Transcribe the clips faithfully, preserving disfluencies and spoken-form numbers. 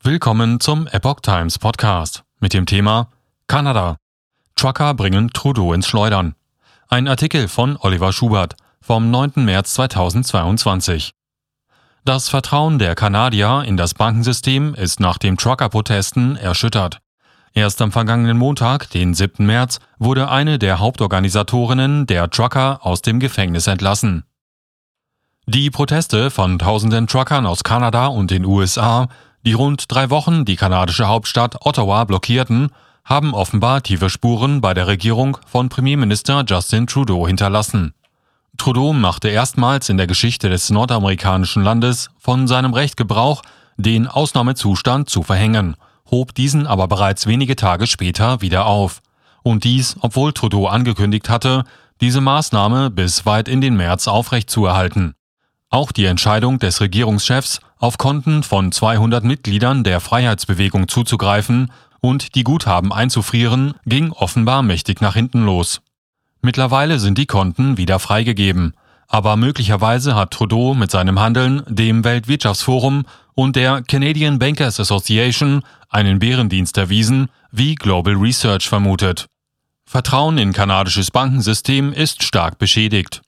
Willkommen zum Epoch Times Podcast mit dem Thema Kanada. Trucker bringen Trudeau ins Schleudern. Ein Artikel von Oliver Schubert vom neunten März zweitausendzweiundzwanzig. Das Vertrauen der Kanadier in das Bankensystem ist nach den Trucker-Protesten erschüttert. Erst am vergangenen Montag, den siebten März, wurde eine der Hauptorganisatorinnen der Trucker aus dem Gefängnis entlassen. Die Proteste von tausenden Truckern aus Kanada und den U S A, die rund drei Wochen die kanadische Hauptstadt Ottawa blockierten, haben offenbar tiefe Spuren bei der Regierung von Premierminister Justin Trudeau hinterlassen. Trudeau machte erstmals in der Geschichte des nordamerikanischen Landes von seinem Recht Gebrauch, den Ausnahmezustand zu verhängen, hob diesen aber bereits wenige Tage später wieder auf. Und dies, obwohl Trudeau angekündigt hatte, diese Maßnahme bis weit in den März aufrechtzuerhalten. Auch die Entscheidung des Regierungschefs, auf Konten von zweihundert Mitgliedern der Freiheitsbewegung zuzugreifen und die Guthaben einzufrieren, ging offenbar mächtig nach hinten los. Mittlerweile sind die Konten wieder freigegeben, aber möglicherweise hat Trudeau mit seinem Handeln dem Weltwirtschaftsforum und der Canadian Bankers Association einen Bärendienst erwiesen, wie Global Research vermutet. Vertrauen in kanadisches Bankensystem ist stark beschädigt.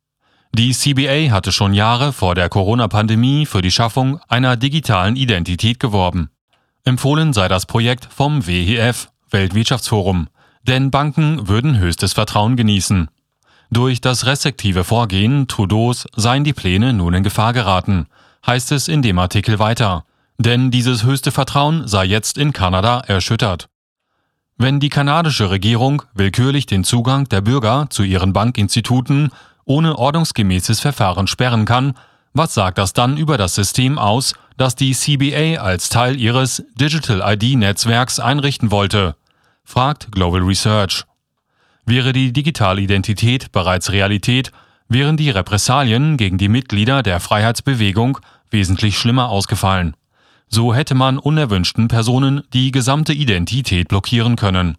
Die C B A hatte schon Jahre vor der Corona-Pandemie für die Schaffung einer digitalen Identität geworben. Empfohlen sei das Projekt vom W E F, Weltwirtschaftsforum, denn Banken würden höchstes Vertrauen genießen. Durch das restriktive Vorgehen Trudeaus seien die Pläne nun in Gefahr geraten, heißt es in dem Artikel weiter. Denn dieses höchste Vertrauen sei jetzt in Kanada erschüttert. Wenn die kanadische Regierung willkürlich den Zugang der Bürger zu ihren Bankinstituten ohne ordnungsgemäßes Verfahren sperren kann, was sagt das dann über das System aus, das die C B A als Teil ihres Digital I D-Netzwerks einrichten wollte? Fragt Global Research. Wäre die digitale Identität bereits Realität, wären die Repressalien gegen die Mitglieder der Freiheitsbewegung wesentlich schlimmer ausgefallen. So hätte man unerwünschten Personen die gesamte Identität blockieren können.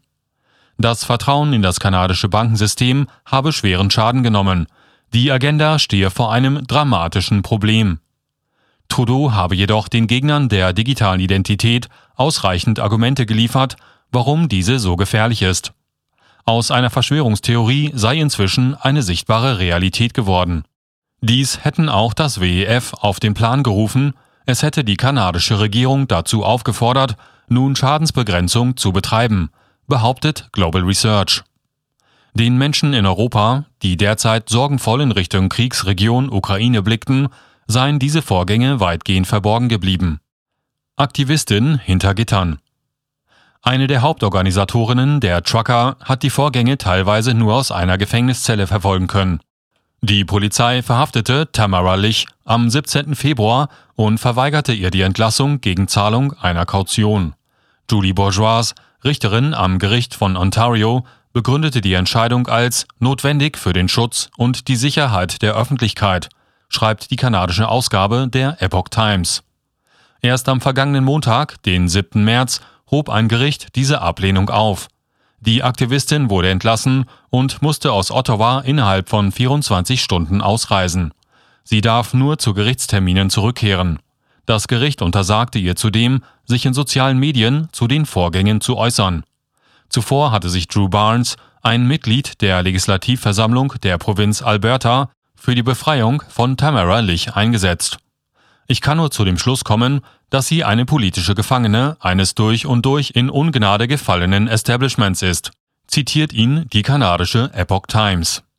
Das Vertrauen in das kanadische Bankensystem habe schweren Schaden genommen. Die Agenda stehe vor einem dramatischen Problem. Trudeau habe jedoch den Gegnern der digitalen Identität ausreichend Argumente geliefert, warum diese so gefährlich ist. Aus einer Verschwörungstheorie sei inzwischen eine sichtbare Realität geworden. Dies hätten auch das W E F auf den Plan gerufen, es hätte die kanadische Regierung dazu aufgefordert, nun Schadensbegrenzung zu betreiben, behauptet Global Research. Den Menschen in Europa, die derzeit sorgenvoll in Richtung Kriegsregion Ukraine blickten, seien diese Vorgänge weitgehend verborgen geblieben. Aktivistin hinter Gittern. Eine der Hauptorganisatorinnen der Trucker hat die Vorgänge teilweise nur aus einer Gefängniszelle verfolgen können. Die Polizei verhaftete Tamara Lich am siebzehnten Februar und verweigerte ihr die Entlassung gegen Zahlung einer Kaution. Julie Bourgeois, Richterin am Gericht von Ontario, begründete die Entscheidung als notwendig für den Schutz und die Sicherheit der Öffentlichkeit, schreibt die kanadische Ausgabe der Epoch Times. Erst am vergangenen Montag, den siebten März, hob ein Gericht diese Ablehnung auf. Die Aktivistin wurde entlassen und musste aus Ottawa innerhalb von vierundzwanzig Stunden ausreisen. Sie darf nur zu Gerichtsterminen zurückkehren. Das Gericht untersagte ihr zudem, sich in sozialen Medien zu den Vorgängen zu äußern. Zuvor hatte sich Drew Barnes, ein Mitglied der Legislativversammlung der Provinz Alberta, für die Befreiung von Tamara Lich eingesetzt. Ich kann nur zu dem Schluss kommen, dass sie eine politische Gefangene eines durch und durch in Ungnade gefallenen Establishments ist, zitiert ihn die kanadische Epoch Times.